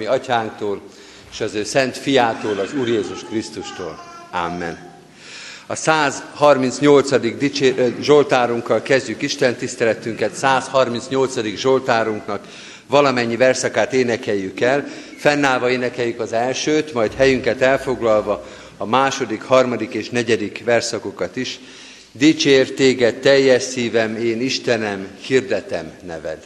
Atyánktól, és az ő szent fiától, az Úr Jézus Krisztustól. Amen. A 138. Zsoltárunkkal kezdjük Isten tiszteletünket. 138. Zsoltárunknak valamennyi verszakát énekeljük el. Fennállva énekeljük az elsőt, majd helyünket elfoglalva a második, harmadik és negyedik verszakokat is. Dicsér téged teljes szívem, én Istenem, hirdetem neved.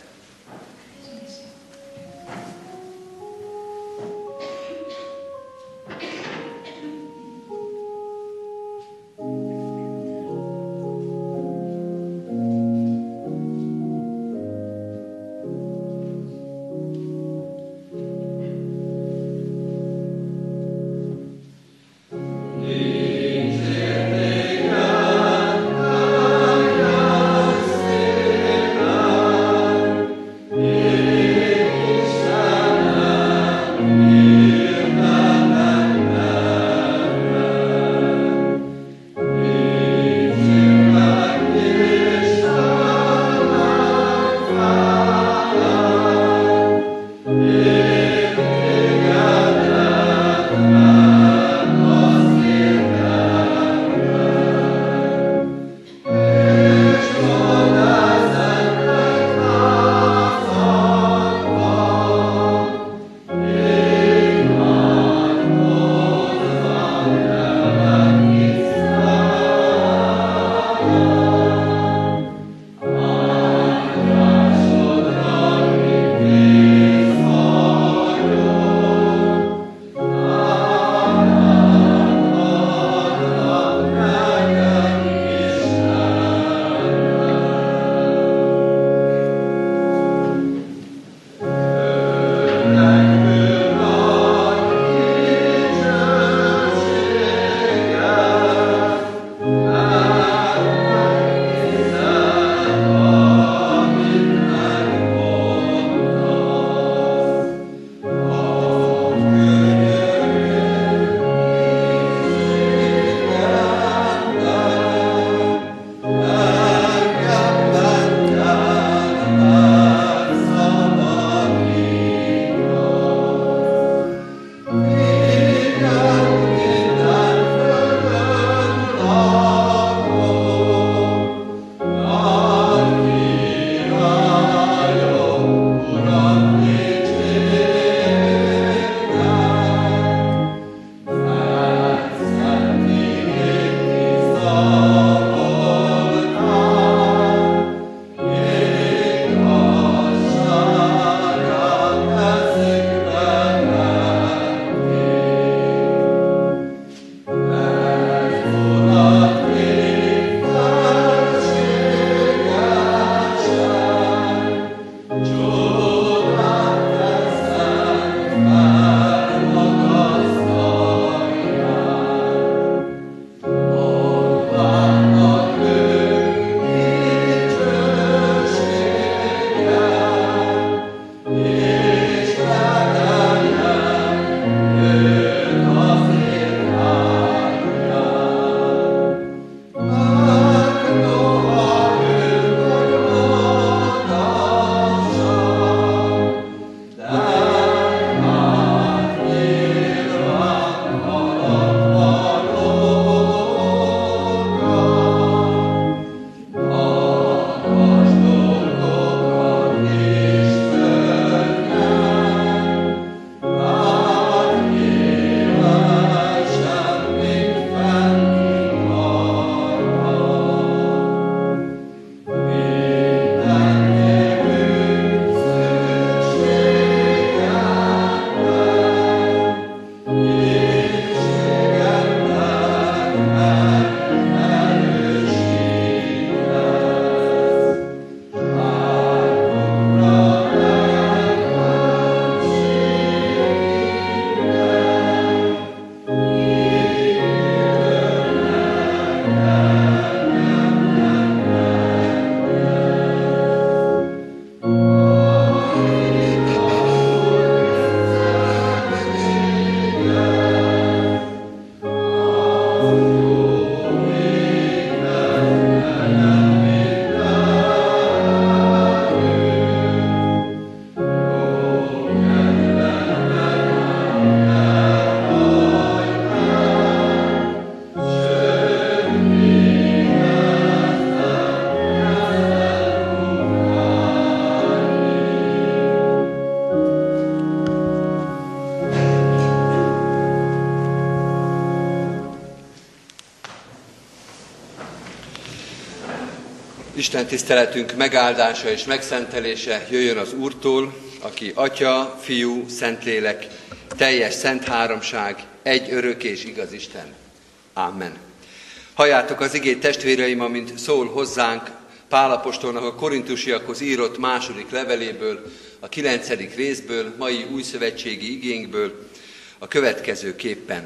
Isten tiszteletünk megáldása és megszentelése jöjjön az Úrtól, aki Atya, Fiú, Szentlélek, teljes szent háromság, egy örök és igaz Isten. Amen. Halljátok az igét, testvéreim, amint szól hozzánk Pál apostolnak a korintusiakhoz írott második leveléből, a 9. részből, mai újszövetségi igénkből, a következőképpen.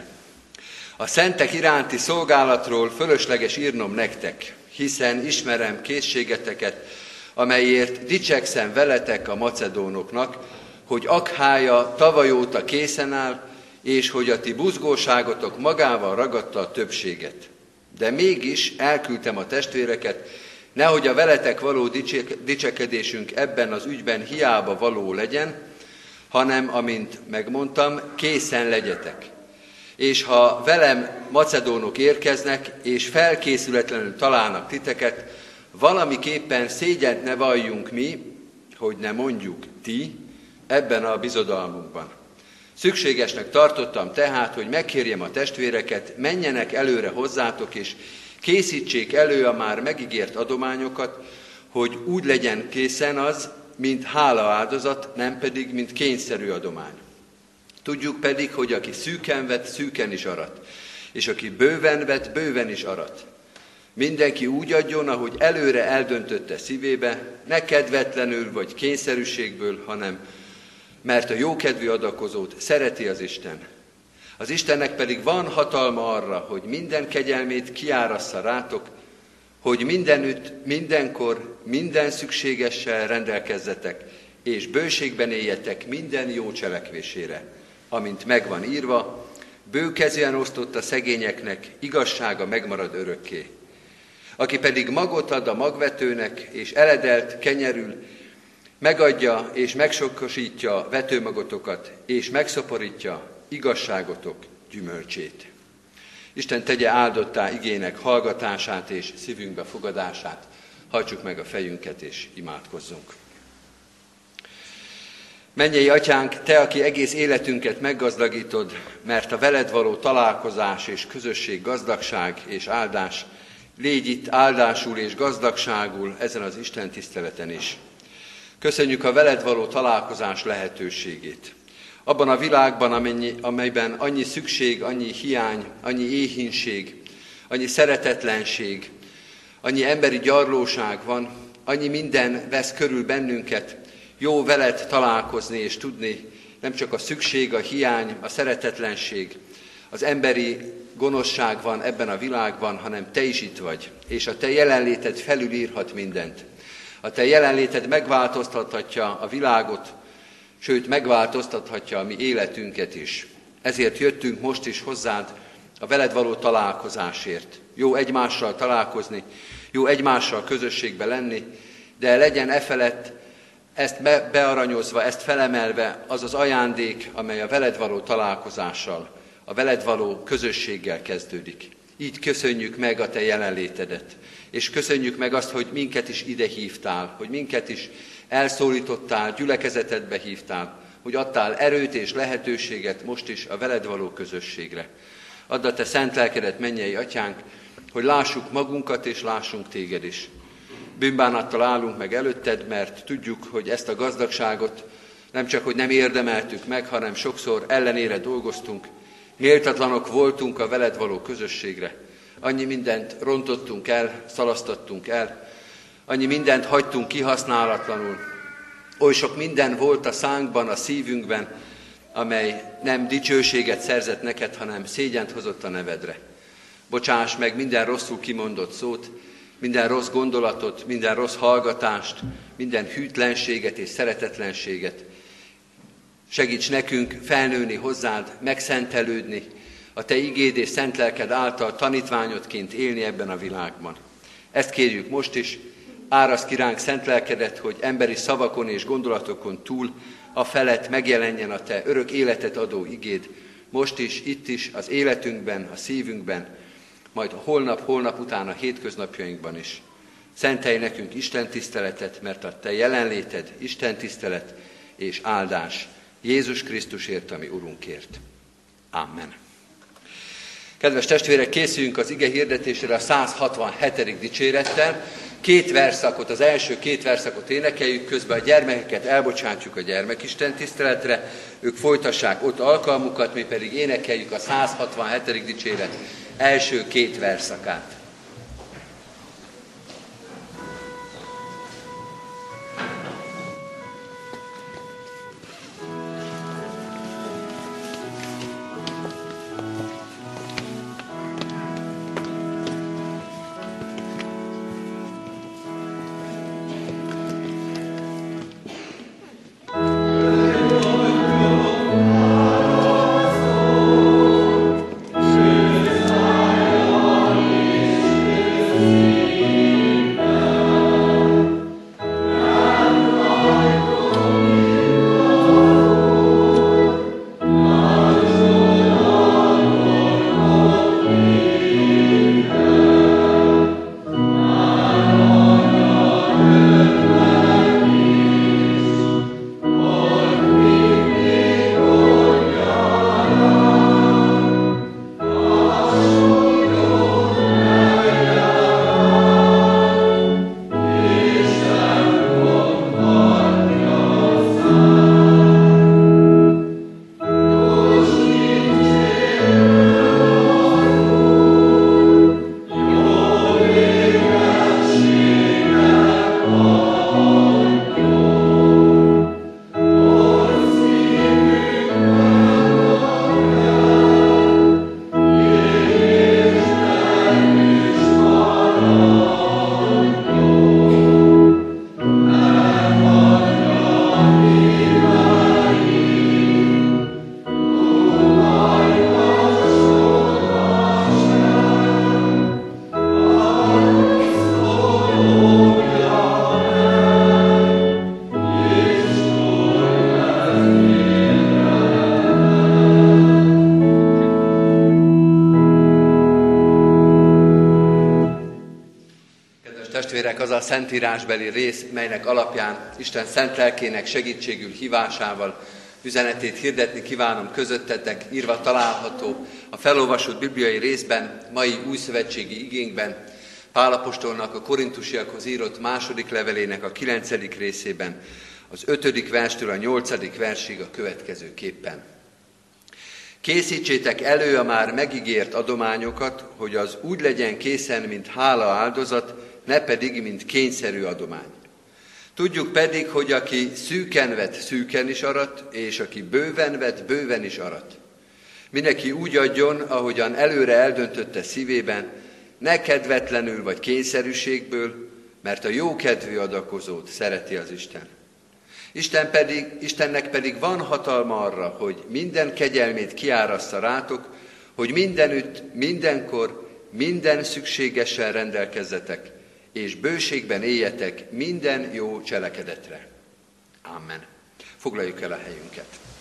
A szentek iránti szolgálatról fölösleges írnom nektek, hiszen ismerem készségeteket, amelyért dicsekszem veletek a macedónoknak, hogy Akhája tavaly óta készen áll, és hogy a ti buzgóságotok magával ragadta a többséget. De mégis elküldtem a testvéreket, nehogy a veletek való dicsekedésünk ebben az ügyben hiába való legyen, hanem, amint megmondtam, készen legyetek. És ha velem macedónok érkeznek, és felkészületlenül találnak titeket, valamiképpen szégyent ne valljunk mi, hogy ne mondjuk ti, ebben a bizodalmunkban. Szükségesnek tartottam tehát, hogy megkérjem a testvéreket, menjenek előre hozzátok, és készítsék elő a már megígért adományokat, hogy úgy legyen készen az, mint hálaáldozat, nem pedig, mint kényszerű adomány. Tudjuk pedig, hogy aki szűken vet, szűken is arat, és aki bőven vet, bőven is arat. Mindenki úgy adjon, ahogy előre eldöntötte szívébe, ne kedvetlenül vagy kényszerűségből, hanem mert a jókedvű adakozót szereti az Isten. Az Istennek pedig van hatalma arra, hogy minden kegyelmét kiárassza rátok, hogy mindenütt, mindenkor, minden szükségessel rendelkezzetek, és bőségben éljetek minden jó cselekvésére. Amint megvan írva, bőkezűen osztott a szegényeknek, igazsága megmarad örökké. Aki pedig magot ad a magvetőnek, és eledelt kenyerül, megadja és megsokosítja vetőmagotokat, és megszaporítja igazságotok gyümölcsét. Isten tegye áldottá igének hallgatását és szívünkbe fogadását. Hajtsuk meg a fejünket és imádkozzunk. Mennyei Atyánk, Te, aki egész életünket meggazdagítod, mert a veled való találkozás és közösség gazdagság és áldás, légy itt áldásul és gazdagságul ezen az Isten tiszteleten is. Köszönjük a veled való találkozás lehetőségét. Abban a világban, amelyben annyi szükség, annyi hiány, annyi éhínség, annyi szeretetlenség, annyi emberi gyarlóság van, annyi minden vesz körül bennünket, jó veled találkozni és tudni, nem csak a szükség, a hiány, a szeretetlenség, az emberi gonoszság van ebben a világban, hanem Te is itt vagy, és a Te jelenléted felülírhat mindent. A Te jelenléted megváltoztathatja a világot, sőt megváltoztathatja a mi életünket is. Ezért jöttünk most is hozzád a veled való találkozásért. Jó egymással találkozni, jó egymással közösségbe lenni, de legyen efelett ezt bearanyozva, ezt felemelve az az ajándék, amely a veled való találkozással, a veled való közösséggel kezdődik. Így köszönjük meg a Te jelenlétedet, és köszönjük meg azt, hogy minket is ide hívtál, hogy minket is elszólítottál, gyülekezetedbe hívtál, hogy adtál erőt és lehetőséget most is a veled való közösségre. Add a Te szent lelkedet, mennyei Atyánk, hogy lássuk magunkat és lássunk Téged is. Bűnbánattal állunk meg előtted, mert tudjuk, hogy ezt a gazdagságot nem csak, hogy nem érdemeltük meg, hanem sokszor ellenére dolgoztunk, méltatlanok voltunk a veled való közösségre. Annyi mindent rontottunk el, szalasztottunk el, annyi mindent hagytunk kihasználatlanul. Oly sok minden volt a szánkban, a szívünkben, amely nem dicsőséget szerzett neked, hanem szégyent hozott a nevedre. Bocsáss meg minden rosszul kimondott szót, minden rossz gondolatot, minden rossz hallgatást, minden hűtlenséget és szeretetlenséget. Segíts nekünk felnőni hozzád, megszentelődni, a Te igéd és szent lelked által tanítványodként élni ebben a világban. Ezt kérjük most is, áraszd ki ránk szent lelkedet, hogy emberi szavakon és gondolatokon túl a felett megjelenjen a Te örök életet adó igéd, most is, itt is, az életünkben, a szívünkben, majd holnap után a hétköznapjainkban is. Szentelj nekünk Isten tiszteletet, mert a Te jelenléted Isten tisztelet és áldás Jézus Krisztusért, ami Urunkért. Amen. Kedves testvérek, készüljünk az ige hirdetésére a 167. dicsérettel. Két verszakot, az első két verszakot énekeljük, közben a gyermekeket elbocsátjuk a gyermekisten tiszteletre, ők folytassák ott alkalmukat, mi pedig énekeljük a 167. dicséret első két verszakát. Az a szentírásbeli rész, melynek alapján Isten szent lelkének segítségül hívásával üzenetét hirdetni kívánom közöttetek, írva található a felolvasott bibliai részben, mai újszövetségi igénkben, Pál apostolnak a korintusiakhoz írott második levelének a 9. részében, az 5. verstől a 8. versig a következőképpen. Készítsétek elő a már megígért adományokat, hogy az úgy legyen készen, mint hála áldozat, ne pedig, mint kényszerű adomány. Tudjuk pedig, hogy aki szűken vet, szűken is arat, és aki bőven vet, bőven is arat. Mindenki úgy adjon, ahogyan előre eldöntötte szívében, ne kedvetlenül vagy kényszerűségből, mert a jókedvű adakozót szereti az Isten. Istennek pedig van hatalma arra, hogy minden kegyelmét kiárassza rátok, hogy mindenütt, mindenkor, minden szükségesen rendelkezzetek, és bőségben éljetek minden jó cselekedetre. Amen. Foglaljuk el a helyünket.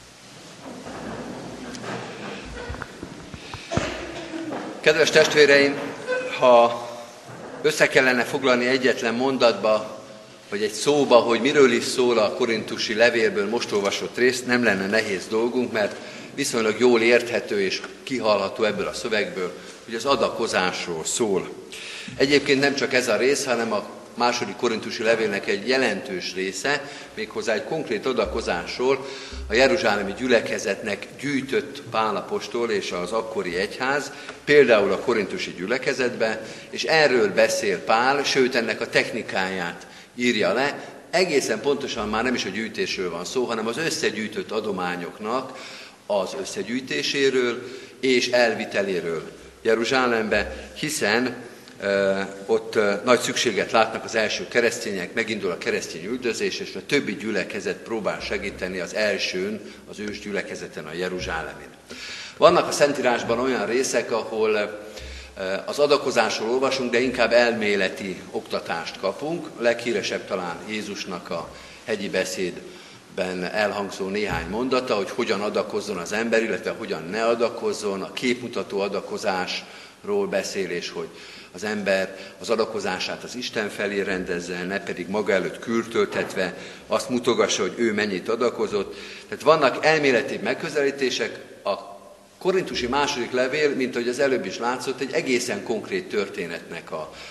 Kedves testvéreim, ha össze kellene foglalni egyetlen mondatba, vagy egy szóba, hogy miről is szól a korintusi levélből most olvasott rész, nem lenne nehéz dolgunk, mert viszonylag jól érthető és kihallható ebből a szövegből, hogy az adakozásról szól. Egyébként nem csak ez a rész, hanem a második korintusi levélnek egy jelentős része, méghozzá egy konkrét adakozásról a jeruzsálemi gyülekezetnek gyűjtött Pál apostol és az akkori egyház, például a korintusi gyülekezetbe, és erről beszél Pál, sőt ennek a technikáját írja le. Egészen pontosan már nem is a gyűjtésről van szó, hanem az összegyűjtött adományoknak az összegyűjtéséről és elviteléről Jeruzsálembe, hiszen ott nagy szükséget látnak az első keresztények, megindul a keresztény üldözés, és a többi gyülekezet próbál segíteni az elsőn, az ős gyülekezeten, a Jeruzsálemin. Vannak a Szentírásban olyan részek, ahol az adakozásról olvasunk, de inkább elméleti oktatást kapunk. A leghíresebb talán Jézusnak a hegyi beszédben elhangzó néhány mondata, hogy hogyan adakozzon az ember, illetve hogyan ne adakozzon, a képmutató adakozásról beszél, és hogy az ember az adakozását az Isten felé rendezze, ne pedig maga előtt kürtöltetve azt mutogassa, hogy ő mennyit adakozott. Tehát vannak elméleti megközelítések. A korintusi második levél, mint ahogy az előbb is látszott, egy egészen konkrét történetnek a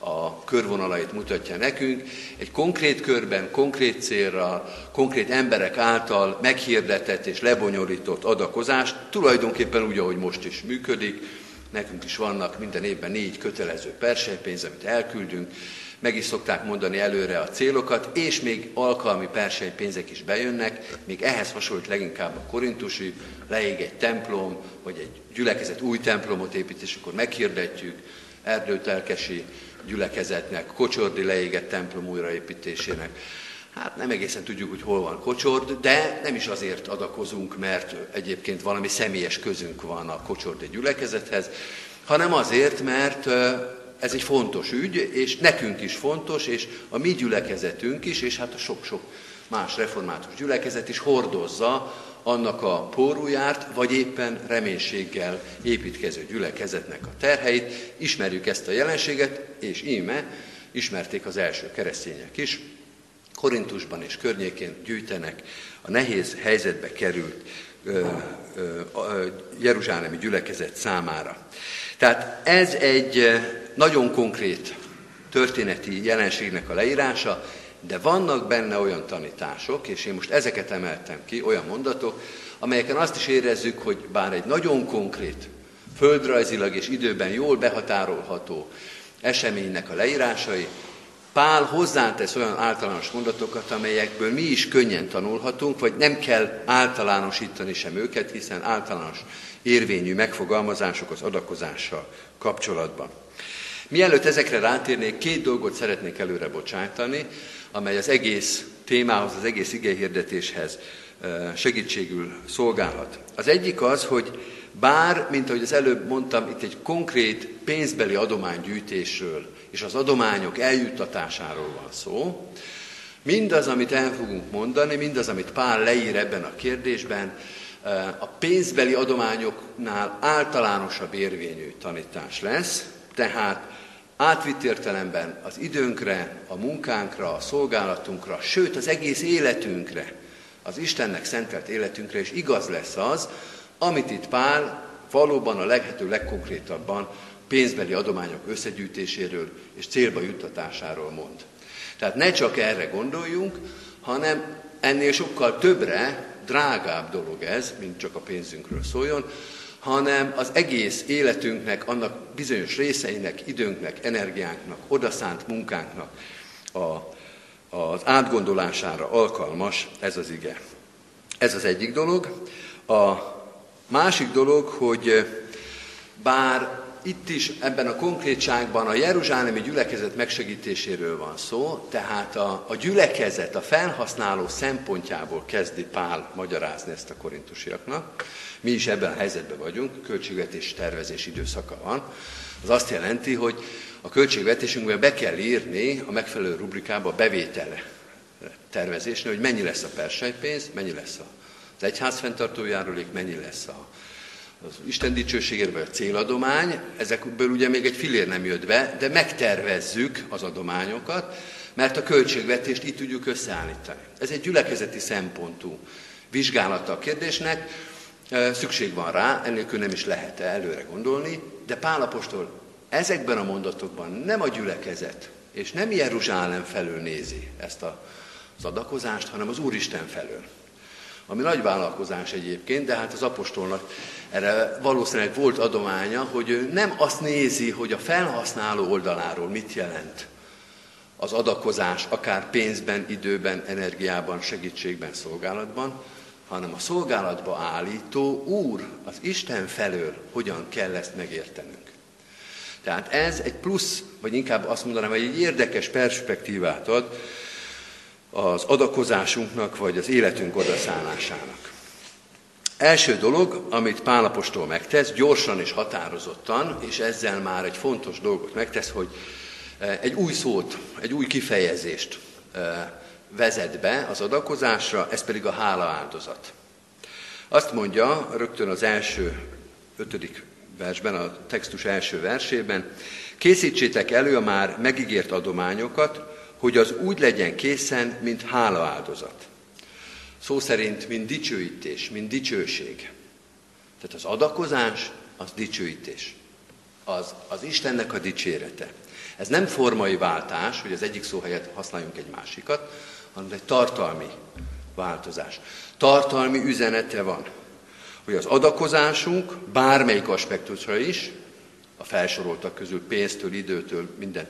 a körvonalait mutatja nekünk. Egy konkrét körben, konkrét célra, konkrét emberek által meghirdetett és lebonyolított adakozás, tulajdonképpen úgy, ahogy most is működik. Nekünk is vannak minden évben 4 kötelező perselypénz, amit elküldünk, meg is szokták mondani előre a célokat, és még alkalmi perselypénzek is bejönnek, még ehhez hasonlít leginkább a korintusi, leég egy templom, vagy egy gyülekezet új templomot épít, és akkor meghirdetjük Erdőtelkesi gyülekezetnek, Kocsordi leégett templom újraépítésének. Hát nem egészen tudjuk, hogy hol van Kocsord, de nem is azért adakozunk, mert egyébként valami személyes közünk van a Kocsordi gyülekezethez, hanem azért, mert ez egy fontos ügy, és nekünk is fontos, és a mi gyülekezetünk is, és hát a sok-sok más református gyülekezet is hordozza annak a póruját, vagy éppen reménységgel építkező gyülekezetnek a terheit. Ismerjük ezt a jelenséget, és íme ismerték az első keresztények is. Korintusban és környékén gyűjtenek a nehéz helyzetbe került jeruzsálemi gyülekezet számára. Tehát ez egy nagyon konkrét történeti jelenségnek a leírása, de vannak benne olyan tanítások, és én most ezeket emeltem ki, olyan mondatok, amelyeken azt is érezzük, hogy bár egy nagyon konkrét, földrajzilag és időben jól behatárolható eseménynek a leírásai, Pál hozzátesz olyan általános mondatokat, amelyekből mi is könnyen tanulhatunk, vagy nem kell általánosítani sem őket, hiszen általános érvényű megfogalmazások az adakozással kapcsolatban. Mielőtt ezekre rátérnék, 2 dolgot szeretnék előre bocsájtani, amely az egész témához, az egész igehirdetéshez segítségül szolgálhat. Az egyik az, hogy bár, mint ahogy az előbb mondtam, itt egy konkrét pénzbeli adománygyűjtésről és az adományok eljuttatásáról van szó, mindaz, amit el fogunk mondani, mindaz, amit Pál leír ebben a kérdésben, a pénzbeli adományoknál általánosabb érvényű tanítás lesz, tehát átvitt értelemben az időnkre, a munkánkra, a szolgálatunkra, sőt az egész életünkre, az Istennek szentelt életünkre is igaz lesz az, amit itt Pál valóban a lehető legkonkrétabban pénzbeli adományok összegyűjtéséről és célba juttatásáról mond. Tehát ne csak erre gondoljunk, hanem ennél sokkal többre, drágább dolog ez, mint csak a pénzünkről szóljon, hanem az egész életünknek, annak bizonyos részeinek, időnknek, energiánknak, odaszánt munkánknak az átgondolására alkalmas ez az ige. Ez az egyik dolog. A másik dolog, hogy bár itt is ebben a konkrétságban a jeruzsálemi gyülekezet megsegítéséről van szó, tehát a gyülekezet, a felhasználó szempontjából kezdi Pál magyarázni ezt a korintusiaknak. Mi is ebben a helyzetben vagyunk, költségvetés tervezés időszaka van. Az azt jelenti, hogy a költségvetésünkben be kell írni a megfelelő rubrikába a bevétele tervezésnél, hogy mennyi lesz a perselypénz, mennyi lesz az egyház fenntartó járulék, mennyi lesz az Isten dicsőségére, vagy a céladomány. Ezekből ugye még egy fillér nem jött be, de megtervezzük az adományokat, mert a költségvetést így tudjuk összeállítani. Ez egy gyülekezeti szempontú vizsgálata a kérdésnek, szükség van rá, ennélkül nem is lehet előre gondolni, de Pál apostol ezekben a mondatokban nem a gyülekezet, és nem Jeruzsálem felől nézi ezt az adakozást, hanem az Úristen felől. Ami nagy vállalkozás egyébként, de hát az apostolnak erre valószínűleg volt adománya, hogy ő nem azt nézi, hogy a felhasználó oldaláról mit jelent az adakozás, akár pénzben, időben, energiában, segítségben, szolgálatban, hanem a szolgálatba állító Úr, az Isten felől hogyan kell ezt megértenünk. Tehát ez egy plusz, vagy inkább azt mondanám, hogy egy érdekes perspektívát ad az adakozásunknak, vagy az életünk odaszállásának. Első dolog, amit Pál apostol megtesz, gyorsan és határozottan, és ezzel már egy fontos dolgot megtesz, hogy egy új szót, egy új kifejezést vezet be az adakozásra, ez pedig a hálaáldozat. Azt mondja rögtön az első 5. versben, a textus első versében, készítsétek elő a már megígért adományokat, hogy az úgy legyen készen, mint hálaáldozat. Szó szerint, mint dicsőítés, mint dicsőség. Tehát az adakozás, az dicsőítés. az Istennek a dicsérete. Ez nem formai váltás, hogy az egyik szó helyett használjunk egy másikat, hanem egy tartalmi változás. Tartalmi üzenete van, hogy az adakozásunk bármelyik aspektusra is, a felsoroltak közül pénztől, időtől,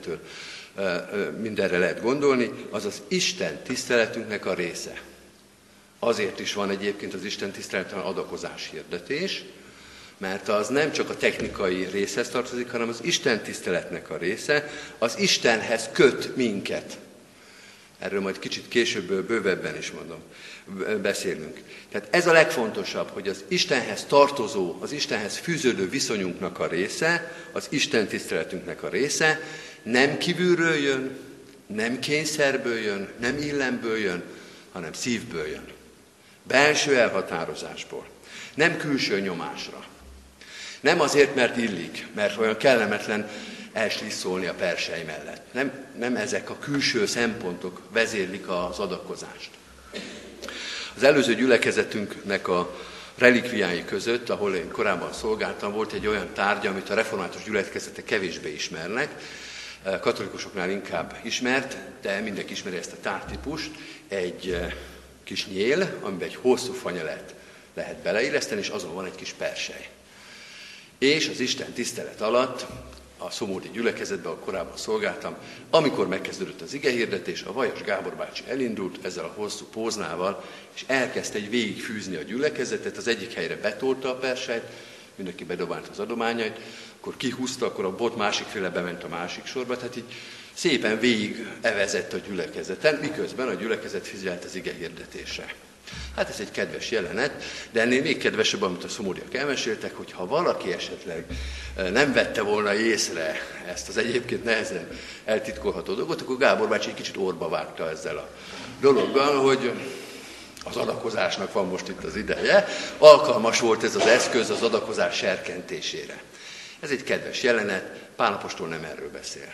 mindenre lehet gondolni, az az Isten tiszteletünknek a része. Azért is van egyébként az Isten tiszteleten adakozás hirdetés, mert az nem csak a technikai részhez tartozik, hanem az Isten tiszteletnek a része, az Istenhez köt minket. Erről majd kicsit később bővebben is beszélünk. Tehát ez a legfontosabb, hogy az Istenhez tartozó, az Istenhez fűződő viszonyunknak a része, az Isten tiszteletünknek a része, nem kívülről jön, nem kényszerből jön, nem illemből jön, hanem szívből jön. Belső elhatározásból. Nem külső nyomásra. Nem azért, mert illik, mert olyan kellemetlen elslisszolni a persely mellett. Nem ezek a külső szempontok vezérlik az adakozást. Az előző gyülekezetünknek a relikviái között, ahol én korábban szolgáltam, volt egy olyan tárgy, amit a református gyülekezetek kevésbé ismernek, katolikusoknál inkább ismert, de mindenki ismeri ezt a tárgytípust, egy kis nyél, amiben egy hosszú fanyelet lehet beleilleszteni, és azon van egy kis persely. És az Isten tisztelet alatt, a szomódi gyülekezetben, ahol korábban szolgáltam, amikor megkezdődött az igehirdetés, a Vajas Gábor bácsi elindult ezzel a hosszú póznával, és elkezdte egy végigfűzni a gyülekezetet, az egyik helyre betolta a perselyt, mindenki bedobált az adományait, akkor kihúzta, akkor a bot másik féle bement a másik sorba, tehát így szépen végig evezett a gyülekezeten, miközben a gyülekezet figyelt az igehirdetésre. Hát ez egy kedves jelenet, de ennél még kedvesebb, amit a szomódiak elmeséltek, hogy ha valaki esetleg nem vette volna észre ezt az egyébként nehezen eltitkolható dolgot, akkor Gábor bácsi egy kicsit orba vágta ezzel a dologgal, hogy az adakozásnak van most itt az ideje, alkalmas volt ez az eszköz az adakozás serkentésére. Ez egy kedves jelenet, Pál apostol nem erről beszél.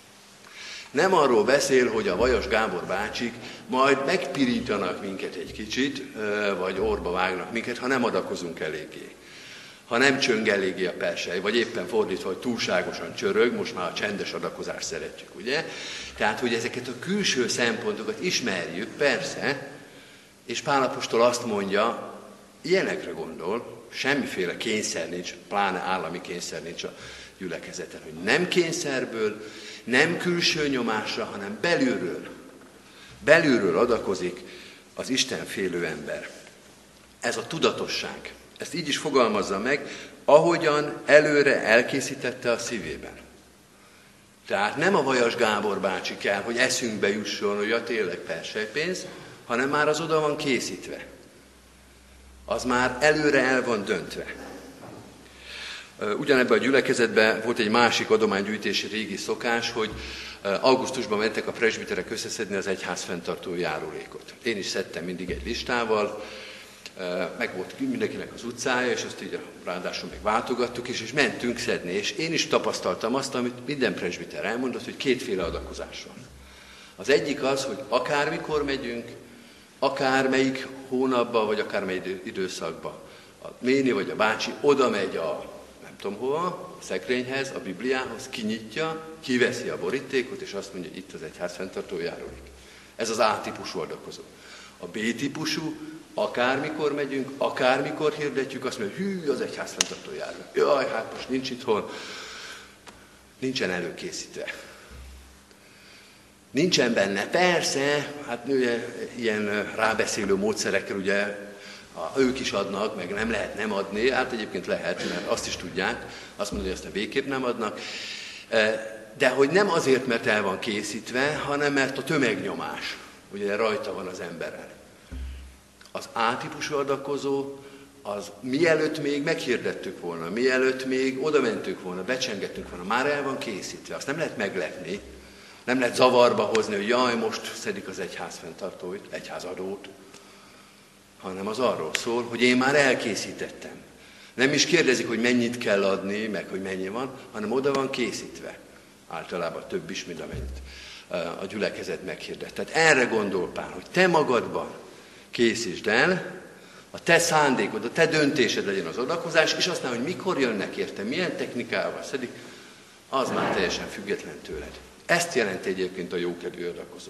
Nem arról beszél, hogy a Vajas Gábor bácsik majd megpirítanak minket egy kicsit, vagy orba vágnak minket, ha nem adakozunk eléggé. Ha nem csöng eléggé a persely, vagy éppen fordítva, hogy túlságosan csörög, most már a csendes adakozást szeretjük, ugye? Tehát, hogy ezeket a külső szempontokat ismerjük, persze, és Pál apostol azt mondja, ilyenekre gondol, semmiféle kényszer nincs, pláne állami kényszer nincs a gyülekezeten, hogy nem kényszerből, nem külső nyomásra, hanem belülről. Belülről adakozik az Istenfélő ember. Ez a tudatosság. Ezt így is fogalmazza meg, ahogyan előre elkészítette a szívében. Tehát nem a Vajas Gábor bácsi kell, hogy eszünkbe jusson, hogy tényleg perselypénz, hanem már az oda van készítve. Az már előre el van döntve. Ugyanebben a gyülekezetben volt egy másik adománygyűjtési régi szokás, hogy augusztusban mentek a presbiterek összeszedni az egyház fenntartó járulékot. Én is szedtem mindig egy listával, meg volt mindenkinek az utcája, és azt így ráadásul meg váltogattuk is, és mentünk szedni. És én is tapasztaltam azt, amit minden presbiter elmondott, hogy kétféle adakozás van. Az egyik az, hogy akármikor megyünk, akármelyik hónapban, vagy akármelyik időszakban, a néni vagy a bácsi oda megy a nem tudom hova, a szekrényhez, a Bibliához, kinyitja, kiveszi a borítékot, és azt mondja, itt az egyház fenntartó járulék. Ez az A-típusú adakozó. A B-típusú, akármikor megyünk, akármikor hirdetjük, azt mondja, hű, az egyház fenntartó járulék. Jaj, hát most nincs itthon, nincsen előkészítve. Nincsen benne. Persze, hát ugye, ilyen rábeszélő módszerekkel ugye ők is adnak, meg nem lehet nem adni, hát egyébként lehet, mert azt is tudják, azt mondja, hogy aztán végképp nem adnak, de hogy nem azért, mert el van készítve, hanem mert a tömegnyomás ugye rajta van az emberrel. Az A-típusú adakozó, az mielőtt még meghirdettük volna, mielőtt még oda mentünk volna, becsengettünk volna, már el van készítve, azt nem lehet meglepni, nem lehet zavarba hozni, hogy jaj, most szedik az egyház fenntartóit, egyházadót, hanem az arról szól, hogy én már elkészítettem. Nem is kérdezik, hogy mennyit kell adni, meg hogy mennyi van, hanem oda van készítve. Általában több is, mint amennyit a gyülekezet meghirdet. Tehát erre gondol Pál, hogy te magadban készítsd el, a te szándékod, a te döntésed legyen az adakozás, és aztán, hogy mikor jönnek érte, milyen technikával szedik, az már teljesen független tőled. Ezt jelenti egyébként a jókedvű adakozó.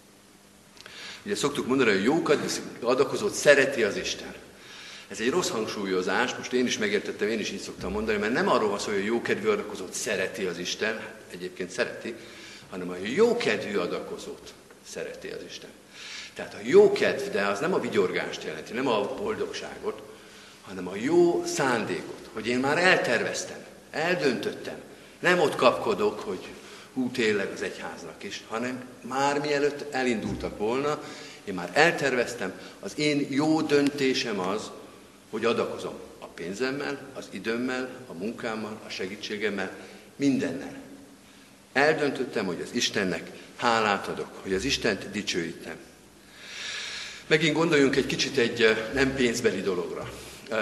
Ugye szoktuk mondani, hogy a jókedvű adakozót szereti az Isten. Ez egy rossz hangsúlyozás, most én is megértettem, én is így szoktam mondani, mert nem arról van szó, hogy a jókedvű adakozót szereti az Isten, egyébként szereti, hanem a jókedvű adakozót szereti az Isten. Tehát a jókedv, de az nem a vigyorgást jelenti, nem a boldogságot, hanem a jó szándékot, hogy én már elterveztem, eldöntöttem, nem ott kapkodok, hogy tényleg az egyháznak is, hanem már mielőtt elindultak volna, én már elterveztem, az én jó döntésem az, hogy adakozom a pénzemmel, az időmmel, a munkámmal, a segítségemmel, mindennel. Eldöntöttem, hogy az Istennek hálát adok, hogy az Istent dicsőítem. Megint gondoljunk egy kicsit egy nem pénzbeli dologra.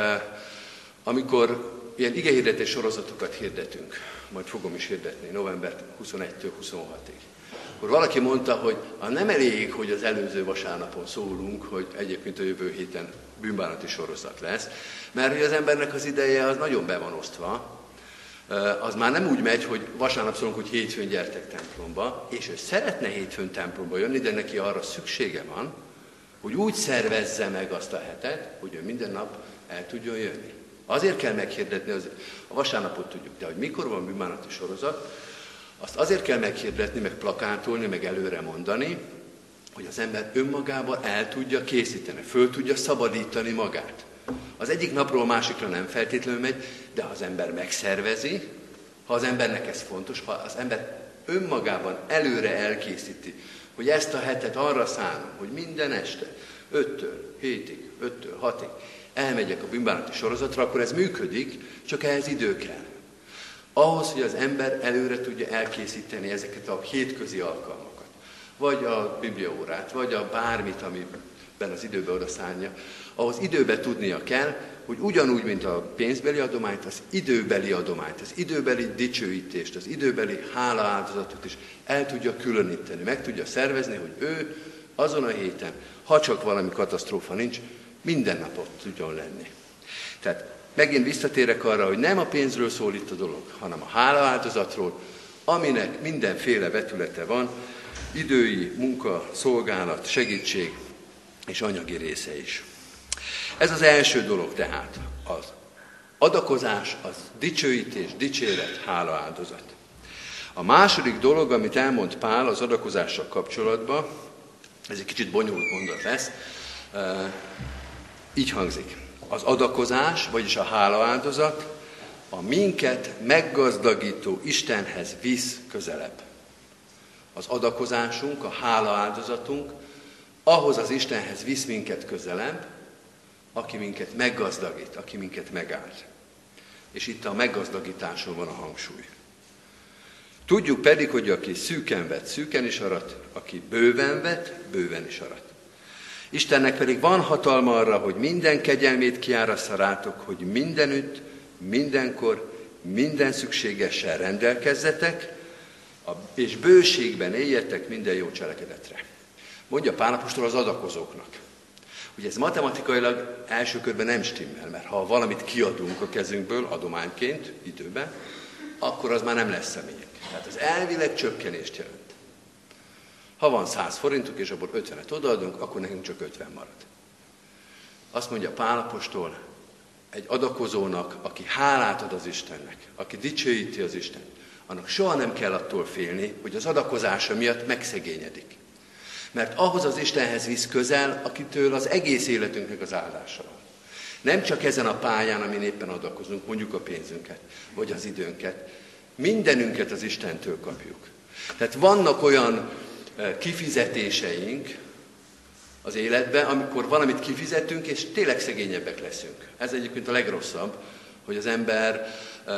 Amikor ilyen igehirdetés sorozatokat hirdetünk, majd fogom is hirdetni november 21-től 26-ig, akkor valaki mondta, hogy nem elég, hogy az előző vasárnapon szólunk, hogy egyébként a jövő héten bűnbánati sorozat lesz, mert hogy az embernek az ideje az nagyon be van osztva, az már nem úgy megy, hogy vasárnap szólunk, hogy hétfőn gyertek templomba, és ő szeretne hétfőn templomba jönni, de neki arra szüksége van, hogy úgy szervezze meg azt a hetet, hogy ő minden nap el tudjon jönni. Azért kell meghirdetni, a vasárnapot tudjuk, de hogy mikor van bűnbánati sorozat, azt azért kell meghirdetni, meg plakátolni, meg előre mondani, hogy az ember önmagában el tudja készíteni, föl tudja szabadítani magát. Az egyik napról másikra nem feltétlenül megy, de ha az ember megszervezi, ha az embernek ez fontos, ha az ember önmagában előre elkészíti, hogy ezt a hetet arra szánom, hogy minden este 5-től 7-ig, 5-től 6-ig elmegyek a bűnbánati sorozatra, akkor ez működik, csak ehhez idő kell. Ahhoz, hogy az ember előre tudja elkészíteni ezeket a hétközi alkalmakat, vagy a bibliaórát, vagy a bármit, amiben az időbe oda szánja, ahhoz időbe tudnia kell, hogy ugyanúgy, mint a pénzbeli adományt, az időbeli adományt, az időbeli dicsőítést, az időbeli hálaáldozatot is el tudja különíteni, meg tudja szervezni, hogy ő azon a héten, ha csak valami katasztrófa nincs, minden nap ott tudjon lenni. Tehát megint visszatérek arra, hogy nem a pénzről szól itt a dolog, hanem a hálaáldozatról, aminek mindenféle vetülete van, idői, munka, szolgálat, segítség és anyagi része is. Ez az első dolog tehát, az adakozás, az dicsőítés, dicséret, hálaáldozat. A második dolog, amit elmond Pál az adakozással kapcsolatban, ez egy kicsit bonyolult mondat lesz, így hangzik. Az adakozás, vagyis a hálaáldozat a minket meggazdagító Istenhez visz közelebb. Az adakozásunk, a hálaáldozatunk ahhoz az Istenhez visz minket közelebb, aki minket meggazdagít, aki minket megáld. És itt a meggazdagításon van a hangsúly. Tudjuk pedig, hogy aki szűken vett, szűken is arat, aki bőven vett, bőven is arat. Istennek pedig van hatalma arra, hogy minden kegyelmét kiárassza rátok, hogy mindenütt, mindenkor, minden szükségessel rendelkezzetek, és bőségben éljetek minden jó cselekedetre. Mondja Pál apostol az adakozóknak. Ugye ez matematikailag első körben nem stimmel, mert ha valamit kiadunk a kezünkből adományként, időben, akkor az már nem lesz a miénk. Tehát az elvileg csökkenést jelent. Ha van 100 forintunk, és abból 50-et odaadunk, akkor nekünk csak 50 marad. Azt mondja Pál apostol, egy adakozónak, aki hálát ad az Istennek, aki dicsőíti az Istent, annak soha nem kell attól félni, hogy az adakozása miatt megszegényedik. Mert ahhoz az Istenhez visz közel, akitől az egész életünknek az áldása van. Nem csak ezen a pályán, amin éppen adakozunk, mondjuk a pénzünket, vagy az időnket, mindenünket az Istentől kapjuk. Tehát vannak olyan kifizetéseink az életben, amikor valamit kifizetünk, és tényleg szegényebbek leszünk. Ez egyébként a legrosszabb, hogy az ember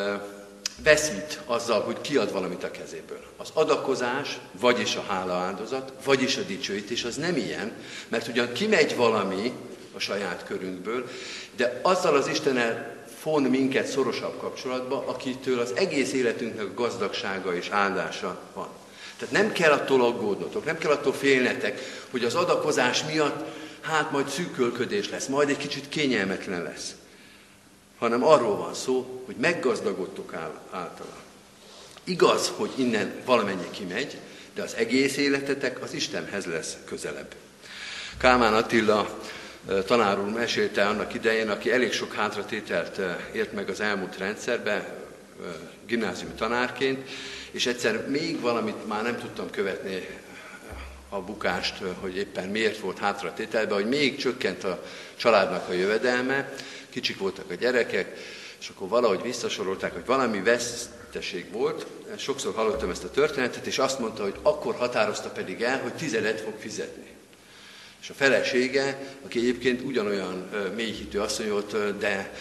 veszít azzal, hogy kiad valamit a kezéből. Az adakozás, vagyis a hálaáldozat, vagyis a dicsőítés, az nem ilyen, mert ugyan kimegy valami a saját körünkből, de azzal az Istennel fon minket szorosabb kapcsolatba, akitől az egész életünknek a gazdagsága és áldása van. Tehát nem kell attól aggódnotok, nem kell attól félnetek, hogy az adakozás miatt majd szűkölködés lesz, majd egy kicsit kényelmetlen lesz. Hanem arról van szó, hogy meggazdagodtok általa. Igaz, hogy innen valamennyi kimegy, de az egész életetek az Istenhez lesz közelebb. Kálmán Attila tanár úr mesélte annak idején, aki elég sok hátratételt ért meg az elmúlt rendszerben, gimnáziumi tanárként, és egyszer még valamit már nem tudtam követni a bukást, hogy éppen miért volt hátratételben, hogy még csökkent a családnak a jövedelme, kicsik voltak a gyerekek, és akkor valahogy visszasorolták, hogy valami veszteség volt. Sokszor hallottam ezt a történetet, és azt mondta, hogy akkor határozta pedig el, hogy 10 fog fizetni. És a felesége, aki egyébként ugyanolyan mélyhitű asszony volt, de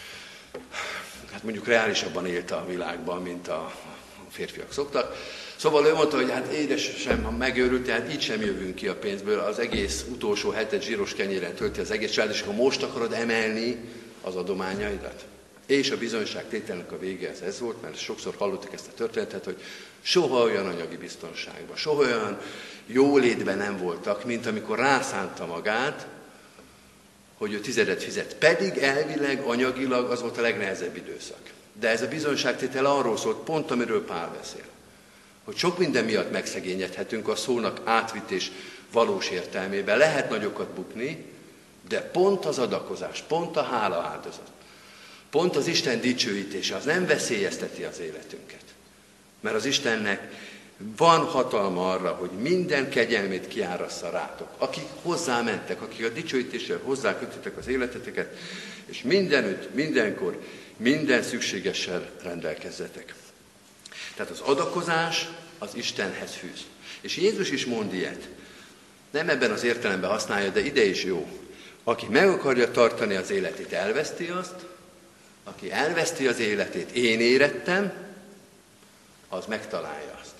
hát mondjuk reálisabban élte a világban, mint a férfiak szoktak. Szóval ő mondta, hogy hát édesem, ha megőrült, tehát így sem jövünk ki a pénzből, az egész utolsó hetet zsíros kenyéren tölti az egész család, és akkor most akarod emelni az adományaidat. És a bizonyságtételnek a vége ez volt, mert sokszor hallottuk ezt a történetet, hogy soha olyan anyagi biztonságban, soha olyan jólétben nem voltak, mint amikor rászánta magát, hogy ő 10 fizet. Pedig elvileg, anyagilag az volt a legnehezebb időszak. De ez a bizonyságtétel arról szólt, pont amiről Pál beszél, hogy sok minden miatt megszegényedhetünk a szónak átvitt és valós értelmében. Lehet nagyokat bukni, de pont az adakozás, pont a hála áldozat, pont az Isten dicsőítése, az nem veszélyezteti az életünket. Mert az Istennek van hatalma arra, hogy minden kegyelmét kiárassza rátok. Akik hozzá mentek, akik a dicsőítéssel hozzá kötöttek az életeteket, és mindenütt, mindenkor, minden szükségessel rendelkezzetek. Tehát az adakozás az Istenhez fűz. És Jézus is mond ilyet. Nem ebben az értelemben használja, de ide is jó. Aki meg akarja tartani az életét, elveszti azt. Aki elveszti az életét, én érettem, az megtalálja azt.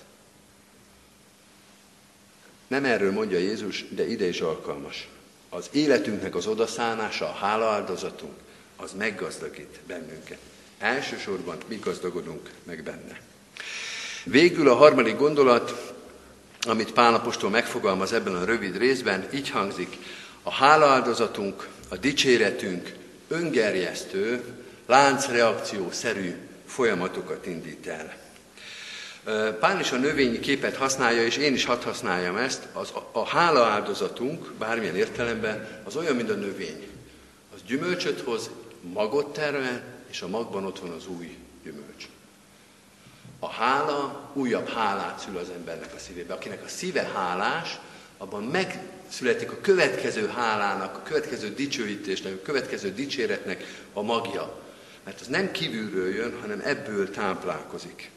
Nem erről mondja Jézus, de ide is alkalmas. Az életünknek az odaszánása, a hálaaldozatunk, az meggazdagít bennünket. Elsősorban mi gazdagodunk meg benne. Végül a harmadik gondolat, amit Pál apostol megfogalmaz ebben a rövid részben, így hangzik: a hálaaldozatunk, a dicséretünk öngerjesztő, láncreakciószerű folyamatokat indít el. Pál is a növényi képet használja, és én is hadd használjam ezt. A hálaáldozatunk, bármilyen értelemben, az olyan, mint a növény. Az gyümölcsöt hoz, magot termel, és a magban ott van az új gyümölcs. A hála újabb hálát szül az embernek a szívébe. Akinek a szíve hálás, abban megszületik a következő hálának, a következő dicsőítésnek, a következő dicséretnek a magja. Mert az nem kívülről jön, hanem ebből táplálkozik.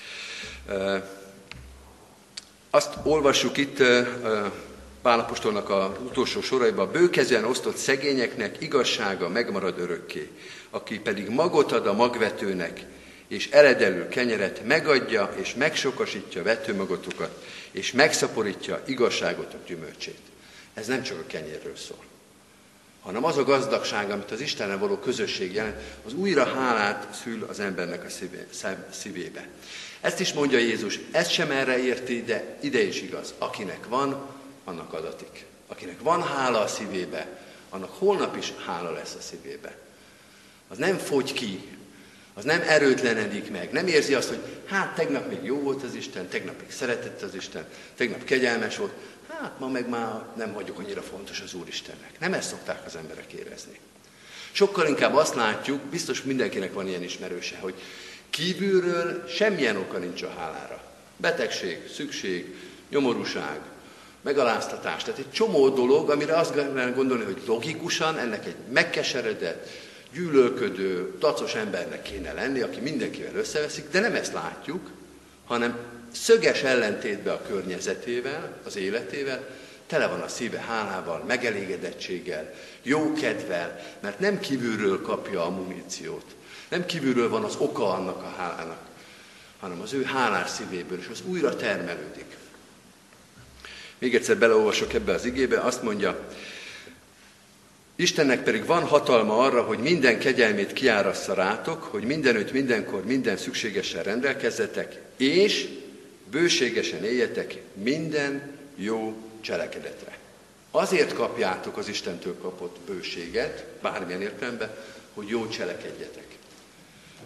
Azt olvassuk itt Pál apostolnak az utolsó soraiban: bőkezűen osztott szegényeknek igazsága megmarad örökké, aki pedig magot ad a magvetőnek, és eledelül kenyeret megadja, és megsokasítja vetőmagotokat, és megszaporítja igazságotok gyümölcsét. Ez nem csak a kenyérről szól, hanem az a gazdagság, amit az Istennel való közösség jelent, az újra hálát szül az embernek a szívébe. Ezt is mondja Jézus, ezt sem erre érti, de ide is igaz. Akinek van, annak adatik. Akinek van hála a szívébe, annak holnap is hála lesz a szívébe. Az nem fogy ki, az nem erőtlenedik meg, nem érzi azt, hogy hát tegnap még jó volt az Isten, tegnap még szeretett az Isten, tegnap kegyelmes volt, hát ma meg már nem vagyok annyira fontos az Úristennek. Nem ezt szokták az emberek érezni. Sokkal inkább azt látjuk, biztos mindenkinek van ilyen ismerőse, hogy kívülről semmilyen oka nincs a hálára. Betegség, szükség, nyomorúság, megaláztatás. Tehát egy csomó dolog, amire azt kell gondolni, hogy logikusan ennek egy megkeseredett, gyűlölködő, dacos embernek kéne lenni, aki mindenkivel összeveszik, de nem ezt látjuk, hanem szöges ellentétben a környezetével, az életével, tele van a szíve hálával, megelégedettséggel, jókedvel, mert nem kívülről kapja a muníciót, nem kívülről van az oka annak a hálának, hanem az ő hálás szívéből, és az újra termelődik. Még egyszer beleolvasok ebbe az igébe, azt mondja: Istennek pedig van hatalma arra, hogy minden kegyelmét kiárassza rátok, hogy mindenütt, mindenkor, minden szükségesen rendelkezzetek, és bőségesen éljetek minden jó cselekedetre. Azért kapjátok az Istentől kapott bőséget, bármilyen értelemben, hogy jó cselekedjetek.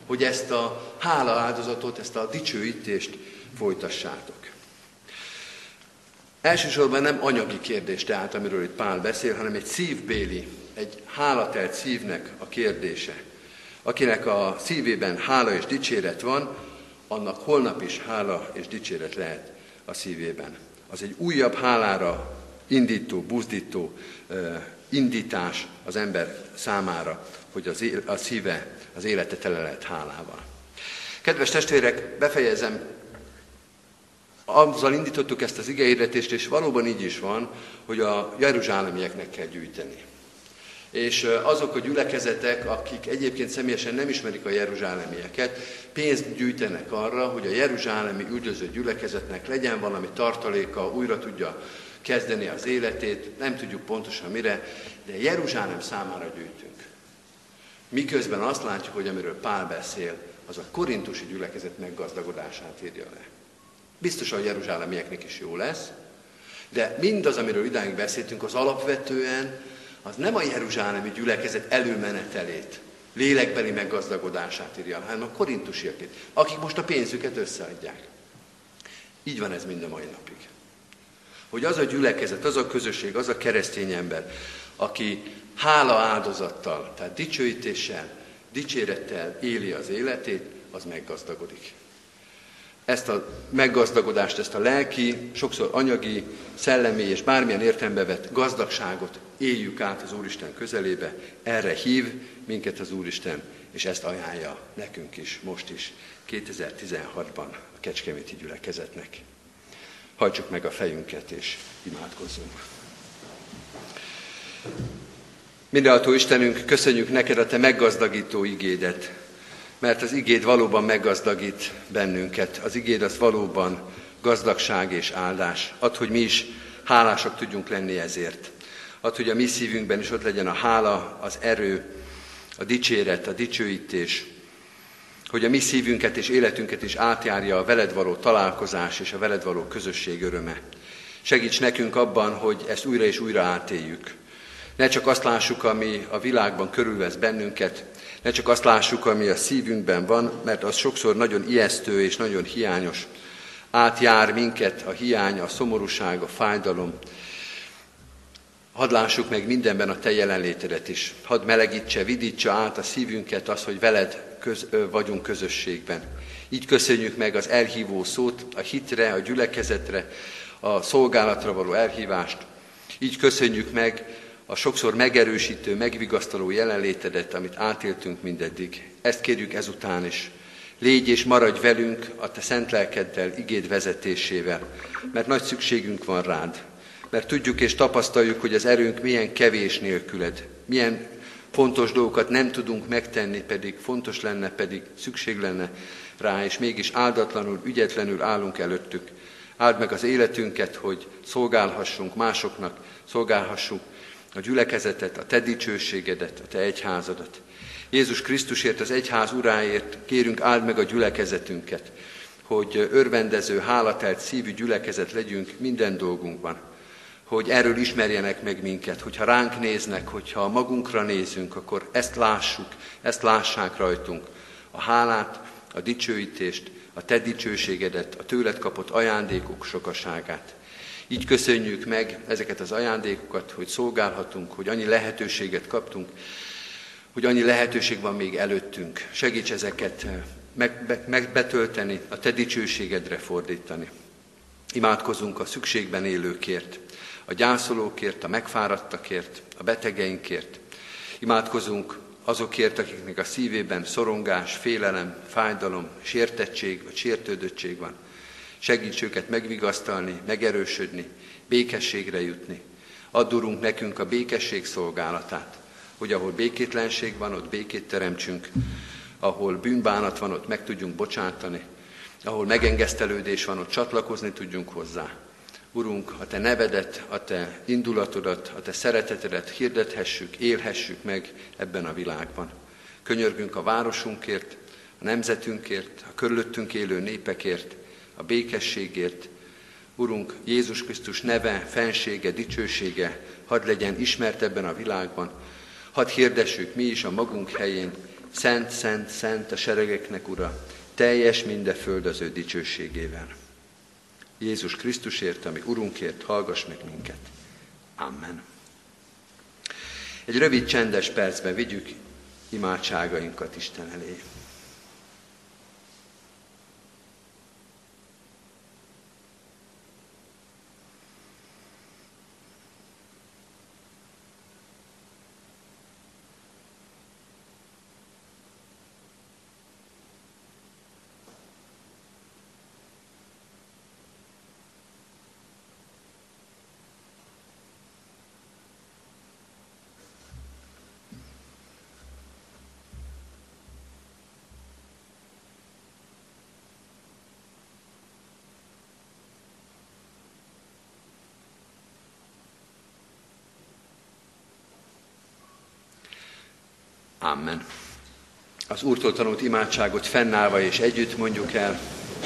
hogy ezt a hálaáldozatot, ezt a dicsőítést folytassátok. Elsősorban nem anyagi kérdés tehát, amiről itt Pál beszél, hanem egy szívbéli, egy hálatelt szívnek a kérdése. Akinek a szívében hála és dicséret van, annak holnap is hála és dicséret lehet a szívében. Az egy újabb hálára indító, buzdító indítás az ember számára, hogy a szíve, az élete tele lehet hálával. Kedves testvérek, befejezem. Azzal indítottuk ezt az igehirdetést, és valóban így is van, hogy a jeruzsálemieknek kell gyűjteni. És azok a gyülekezetek, akik egyébként személyesen nem ismerik a jeruzsálemieket, pénzt gyűjtenek arra, hogy a jeruzsálemi üldözött gyülekezetnek legyen valami tartaléka, újra tudja kezdeni az életét, nem tudjuk pontosan mire, de Jeruzsálem számára gyűjtünk. Miközben azt látjuk, hogy amiről Pál beszél, az a korintusi gyülekezet meggazdagodását írja le. Biztos, hogy a jeruzsálemieknek is jó lesz, de mindaz, amiről idáig beszéltünk, az alapvetően az nem a jeruzsálemi gyülekezet előmenetelét, lélekbeli meggazdagodását írja, hanem a korintusiakét, akik most a pénzüket összeadják. Így van ez mind a mai napig. Hogy az a gyülekezet, az a közösség, az a keresztény ember, aki hála áldozattal, tehát dicsőítéssel, dicsérettel éli az életét, az meggazdagodik. Ezt a meggazdagodást, ezt a lelki, sokszor anyagi, szellemi és bármilyen értelembe vett gazdagságot éljük át az Úristen közelébe, erre hív minket az Úristen, és ezt ajánlja nekünk is, most is, 2016-ban a kecskeméti gyülekezetnek. Hajtsuk meg a fejünket, és imádkozzunk. Mindenható Istenünk, köszönjük neked a te meggazdagító igédet, mert az igéd valóban meggazdagít bennünket. Az igéd az valóban gazdagság és áldás. Add, hogy mi is hálásak tudjunk lenni ezért. Add, hogy a mi szívünkben is ott legyen a hála, az erő, a dicséret, a dicsőítés, hogy a mi szívünket és életünket is átjárja a veled való találkozás és a veled való közösség öröme. Segíts nekünk abban, hogy ezt újra és újra átéljük. Ne csak azt lássuk, ami a világban körülvesz bennünket, ne csak azt lássuk, ami a szívünkben van, mert az sokszor nagyon ijesztő és nagyon hiányos. Átjár minket a hiány, a szomorúság, a fájdalom. Hadd lássuk meg mindenben a te jelenlétedet is. Hadd melegítse, vidítsa át a szívünket az, hogy veled vagyunk közösségben. Így köszönjük meg az elhívó szót, a hitre, a gyülekezetre, a szolgálatra való elhívást. Így köszönjük meg a sokszor megerősítő, megvigasztaló jelenlétedet, amit átéltünk mindeddig. Ezt kérjük ezután is. Légy és maradj velünk a te szent lelkeddel, igéd vezetésével, mert nagy szükségünk van rád. Mert tudjuk és tapasztaljuk, hogy az erőnk milyen kevés nélküled, milyen fontos dolgokat nem tudunk megtenni, pedig fontos lenne, pedig szükség lenne rá, és mégis áldatlanul, ügyetlenül állunk előttük. Áld meg az életünket, hogy szolgálhassunk másoknak, szolgálhassunk a gyülekezetet, a te dicsőségedet, a te egyházadat. Jézus Krisztusért, az egyház uráért kérünk, áld meg a gyülekezetünket, hogy örvendező, hálatelt szívű gyülekezet legyünk minden dolgunkban. Hogy erről ismerjenek meg minket, hogyha ránk néznek, hogyha magunkra nézünk, akkor ezt lássuk, ezt lássák rajtunk. A hálát, a dicsőítést, a te dicsőségedet, a tőled kapott ajándékok sokaságát. Így köszönjük meg ezeket az ajándékokat, hogy szolgálhatunk, hogy annyi lehetőséget kaptunk, hogy annyi lehetőség van még előttünk. Segíts ezeket megbetölteni, a te dicsőségedre fordítani. Imádkozunk a szükségben élőkért, a gyászolókért, a megfáradtakért, a betegeinkért. Imádkozunk azokért, akiknek a szívében szorongás, félelem, fájdalom, sértettség vagy sértődöttség van. Segíts őket megvigasztalni, megerősödni, békességre jutni. Add, Urunk, nekünk a békesség szolgálatát, hogy ahol békétlenség van, ott békét teremtsünk, ahol bűnbánat van, ott meg tudjunk bocsátani, ahol megengesztelődés van, ott csatlakozni tudjunk hozzá. Urunk, a te nevedet, a te indulatodat, a te szeretetedet hirdethessük, élhessük meg ebben a világban. Könyörgünk a városunkért, a nemzetünkért, a körülöttünk élő népekért, a békességért. Urunk, Jézus Krisztus neve, fensége, dicsősége hadd legyen ismert ebben a világban. Hadd hirdessük mi is a magunk helyén, Szent, szent, szent a seregeknek Ura, teljes minden föld az ő dicsőségével. Jézus Krisztusért, ami Urunkért, hallgass meg minket. Amen. Egy rövid csendes percben vigyük imádságainkat Isten elé. Amen. Az Úrtól tanult imádságot fennállva és együtt mondjuk el.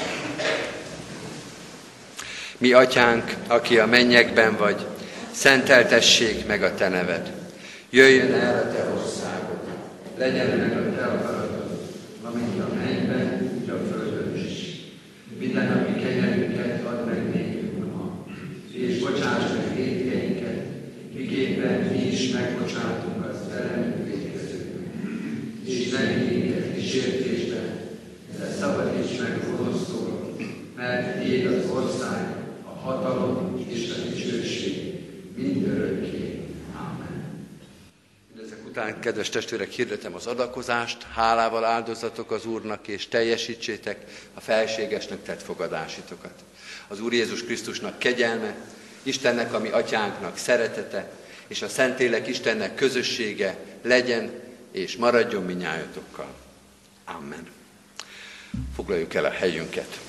Mi atyánk, aki a mennyekben vagy, szenteltessék meg a te neved. Jöjjön el a te országod, legyen meg a te akaratod, amint a mennyben, úgy a földön is. Minden napi kenyerünket add meg nékünk ma, és bocsáss meg vétkeinket, miképpen mi is megbocsátunk az ellenünk vétkezőknek. És ne vigy minket kísértésbe, de szabadíts meg a gonosztól, mert tiéd az ország, a hatalom és a dicsőség mindörökké. Amen. Mindezek után, kedves testvérek, hirdetem az adakozást, hálával áldozatok az Úrnak, és teljesítsétek a felségesnek tett fogadásitokat. Az Úr Jézus Krisztusnak kegyelme, Istennek, ami atyánknak szeretete, és a Szentlélek Istennek közössége legyen és maradjon minnyájatokkal. Amen. Foglaljuk el a helyünket.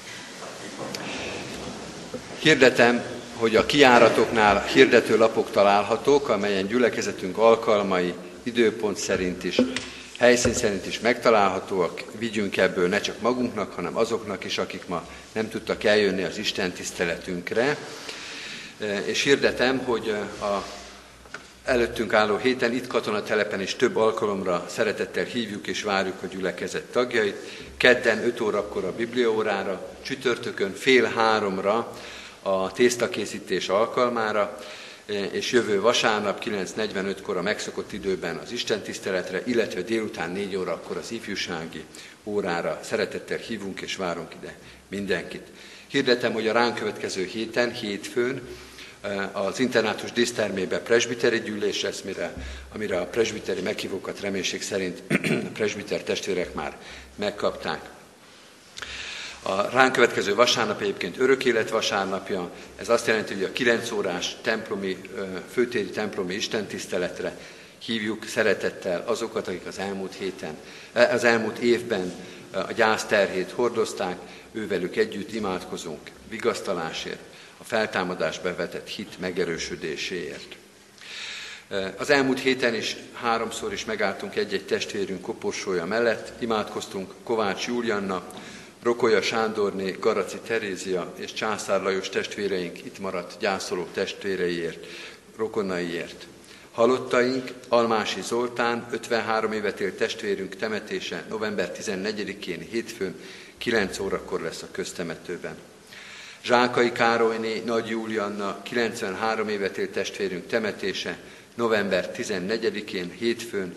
Hirdetem, hogy a kijáratoknál hirdető lapok találhatók, amelyen gyülekezetünk alkalmai időpont szerint is, helyszín szerint is megtalálhatóak. Vigyünk ebből ne csak magunknak, hanem azoknak is, akik ma nem tudtak eljönni az Isten tiszteletünkre. És hirdetem, hogy a előttünk álló héten itt Katonatelepen is több alkalomra szeretettel hívjuk és várjuk a gyülekezet tagjait. Kedden 5 órakor a bibliaórára, csütörtökön 2:30 a tésztakészítés alkalmára, és jövő vasárnap 9:45-kor a megszokott időben az istentiszteletre, illetve délután 4 órakor az ifjúsági órára szeretettel hívunk és várunk ide mindenkit. Hirdetem, hogy a ránk következő héten, hétfőn, az internátus dísztermében presbiteri gyűlés lesz, amire a presbiteri meghívókat reménység szerint a presbiter testvérek már megkapták. A ránk következő vasárnap egyébként örök élet vasárnapja, ez azt jelenti, hogy a 9 órás főtéri templomi istentiszteletre hívjuk szeretettel azokat, akik az elmúlt évben a gyászterhét hordozták, ővelük együtt imádkozunk vigasztalásért, a feltámadásba vetett hit megerősödéséért. Az elmúlt héten is 3-szor is megálltunk egy-egy testvérünk koporsója mellett, imádkoztunk Kovács Júlianna, Rokolya Sándorné, Garaci Terézia és Császár Lajos testvéreink itt maradt gyászoló testvéreiért, rokonaiért. Halottaink, Almási Zoltán, 53 évet élt testvérünk temetése november 14-én hétfőn 9 órakor lesz a köztemetőben. Zsákai Károlyné, Nagy Júlianna, 93 évet élt testvérünk temetése november 14-én hétfőn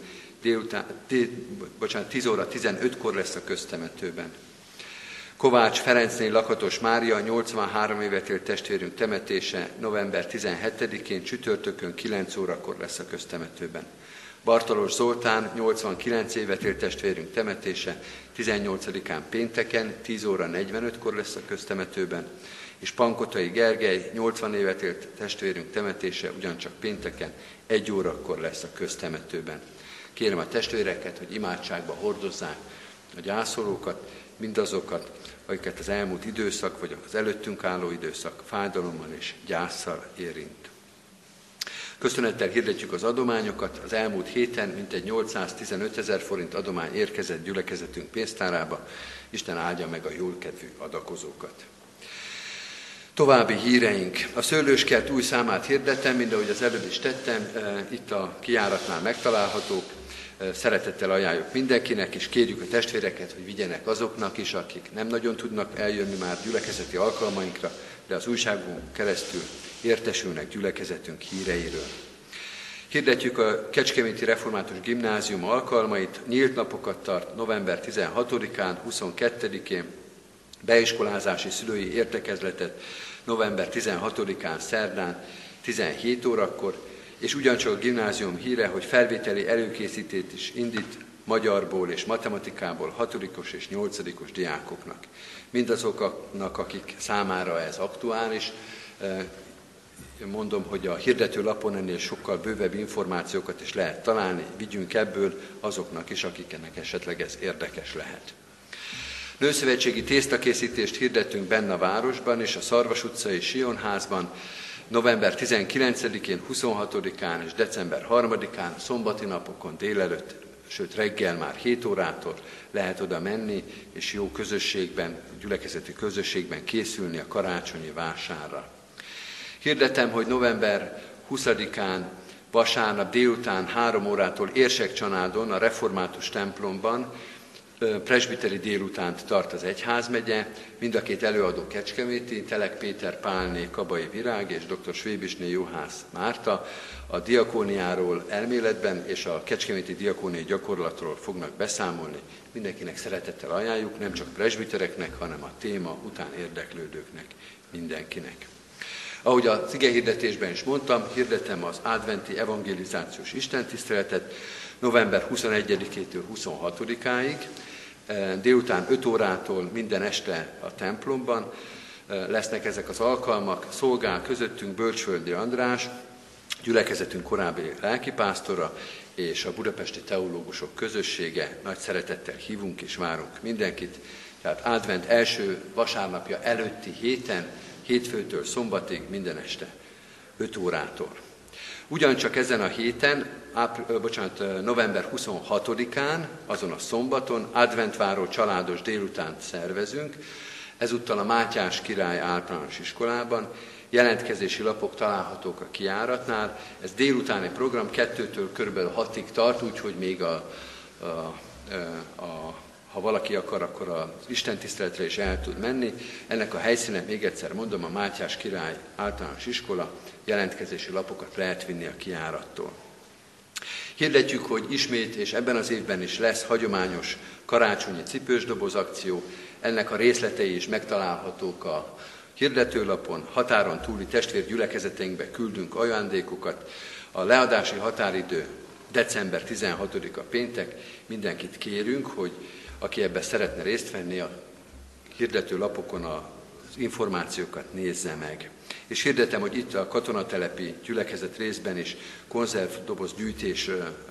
10 óra 15-kor lesz a köztemetőben. Kovács Ferencné Lakatos Mária, 83 évet élt testvérünk temetése november 17-én csütörtökön 9 órakor lesz a köztemetőben. Bartalos Zoltán, 89 évet élt testvérünk temetése 18-án pénteken 10 óra 45-kor lesz a köztemetőben, és Pankotai Gergely, 80 évet élt testvérünk temetése ugyancsak pénteken 1 órakor lesz a köztemetőben. Kérem a testvéreket, hogy imádságba hordozzák a gyászolókat, mindazokat, akiket az elmúlt időszak, vagy az előttünk álló időszak fájdalommal és gyásszal érint. Köszönettel hirdetjük az adományokat. Az elmúlt héten mintegy 815 000 forint adomány érkezett gyülekezetünk pénztárába. Isten áldja meg a jókedvű adakozókat. További híreink. A szőlőskert új számát hirdetem, mint ahogy az előbb is tettem, itt a kijáratnál megtalálhatók. szeretettel ajánljuk mindenkinek, és kérjük a testvéreket, hogy vigyenek azoknak is, akik nem nagyon tudnak eljönni már gyülekezeti alkalmainkra, de az újságon keresztül értesülnek gyülekezetünk híreiről. Hirdetjük a Kecskeméti Református Gimnázium alkalmait, nyílt napokat tart november 16-án, 22-én, beiskolázási szülői értekezletet november 16-án szerdán 17 órakor, és ugyancsak a gimnázium híre, hogy felvételi előkészítést is indít magyarból és matematikából 6-os és 8-os diákoknak. Mindazoknak, akik számára ez aktuális, mondom, hogy a hirdetőlapon ennél sokkal bővebb információkat is lehet találni, vigyünk ebből azoknak is, akiknek esetleg ez érdekes lehet. Nőszövetségi tésztakészítést hirdettünk benne a városban és a Szarvas utcai Sionházban november 19-én, 26-án és december 3-án, szombati napokon délelőtt, sőt reggel már 7 órától lehet oda menni, és jó közösségben, gyülekezeti közösségben készülni a karácsonyi vásárra. Hirdetem, hogy november 20-án vasárnap délután 3 órától Érsekcsanádon, a református templomban presbiteri délutánt tart az egyházmegye, mind a két előadó kecskeméti, Telek Péter Pálné Kabai Virág és dr. Svébisné Juhász Márta a diakóniáról elméletben és a kecskeméti diakóniai gyakorlatról fognak beszámolni. Mindenkinek szeretettel ajánljuk, nem csak presbitereknek, hanem a téma után érdeklődőknek, mindenkinek. Ahogy az igehirdetésben is mondtam, hirdetem az adventi evangelizációs istentiszteletet november 21-től 26-áig, délután 5 órától minden este a templomban lesznek ezek az alkalmak. Szolgál közöttünk Bölcsföldi András, gyülekezetünk korábbi lelkipásztora, és a budapesti teológusok közössége. Nagy szeretettel hívunk és várunk mindenkit. Tehát advent első vasárnapja előtti héten, hétfőtől szombatig, minden este 5 órától. Ugyancsak ezen a héten, november 26-án, azon a szombaton adventváró családos délutánt szervezünk, ezúttal a Mátyás Király Általános Iskolában. Jelentkezési lapok találhatók a kijáratnál. Ez délutáni program 2-től kb. 6-ig tart, úgyhogy még ha valaki akar, akkor az istentiszteletre is el tud menni. Ennek a helyszíne, még egyszer mondom, a Mátyás Király Általános Iskola, jelentkezési lapokat lehet vinni a kijárattól. Hirdetjük, hogy ismét és ebben az évben is lesz hagyományos karácsonyi cipősdoboz akció. Ennek a részletei is megtalálhatók a hirdetőlapon. Határon túli testvérgyülekezeteinkbe küldünk ajándékokat. A leadási határidő december 16-a péntek. Mindenkit kérünk, hogy aki ebben szeretne részt venni, a hirdetőlapokon az információkat nézze meg. És hirdetem, hogy itt a katonatelepi gyülekezet részben is konzervdoboz gyűjtés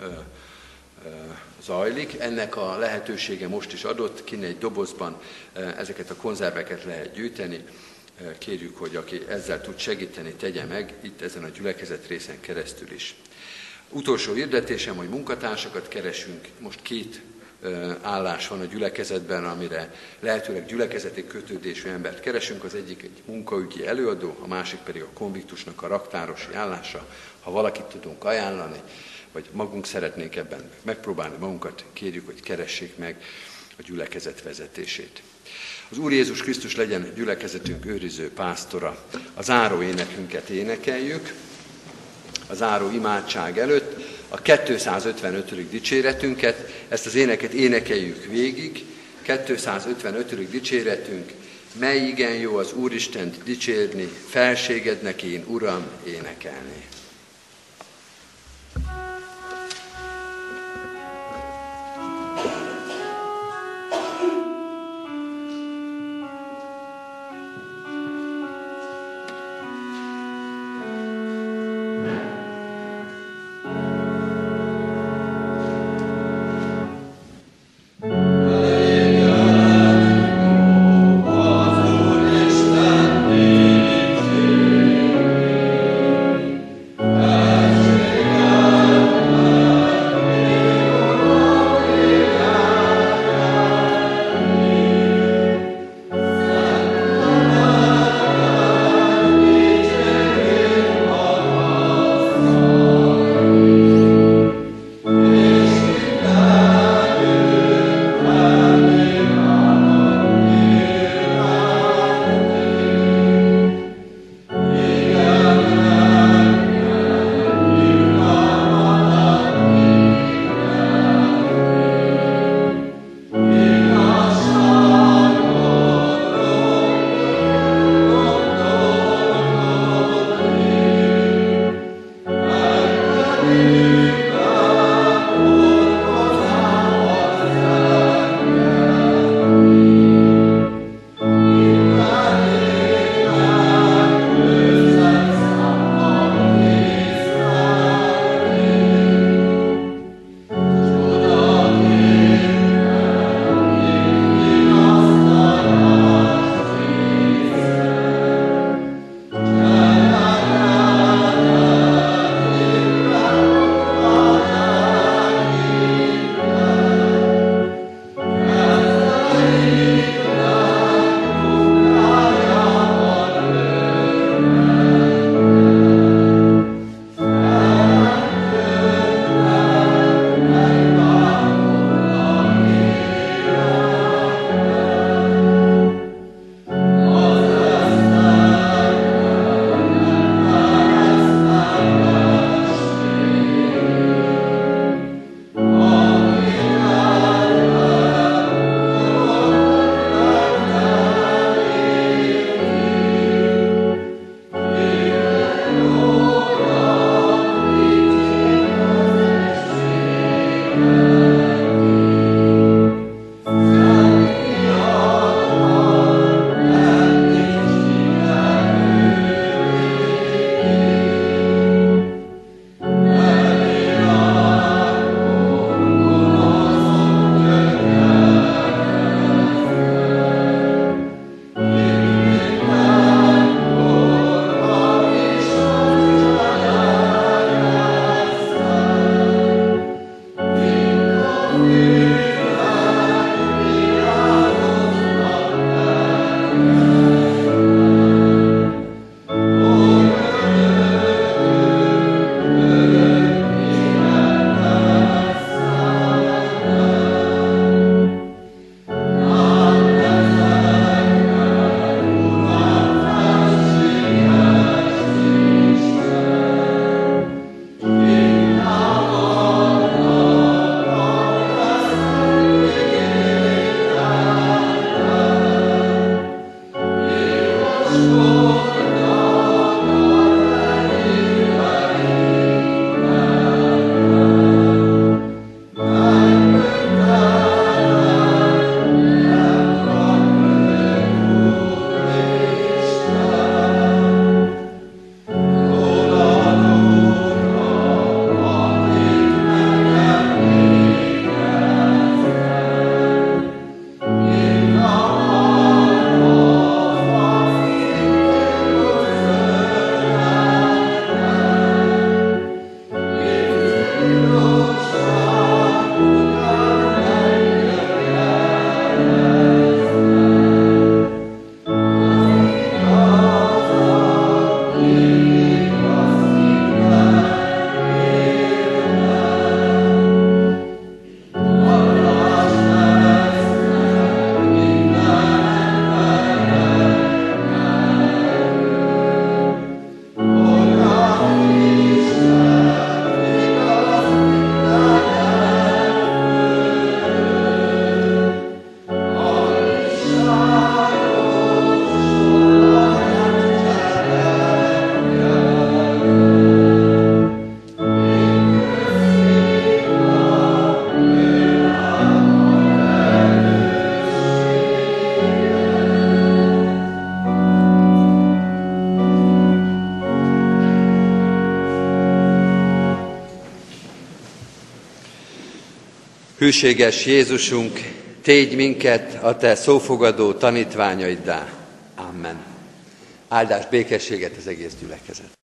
zajlik. Ennek a lehetősége most is adott, kint egy dobozban ezeket a konzerveket lehet gyűjteni. Kérjük, hogy aki ezzel tud segíteni, tegye meg itt ezen a gyülekezet részen keresztül is. Utolsó hirdetésem, hogy munkatársakat keresünk. Most 2 állás van a gyülekezetben, amire lehetőleg gyülekezeti kötődésű embert keresünk. Az egyik egy munkaügyi előadó, a másik pedig a konviktusnak a raktárosi állása. Ha valakit tudunk ajánlani, vagy magunk szeretnénk ebben megpróbálni magunkat, kérjük, hogy keressék meg a gyülekezet vezetését. Az Úr Jézus Krisztus legyen gyülekezetünk őriző pásztora. A záró énekünket énekeljük. A záró imádság előtt a 255. dicséretünket, ezt az éneket énekeljük végig. 255. dicséretünk, mely igen jó az Úristent dicsérni, felségednek én, Uram, énekelni. Hűséges Jézusunk, tégy minket a Te szófogadó tanítványaiddá. Amen. Áldás, békességet az egész gyülekezet.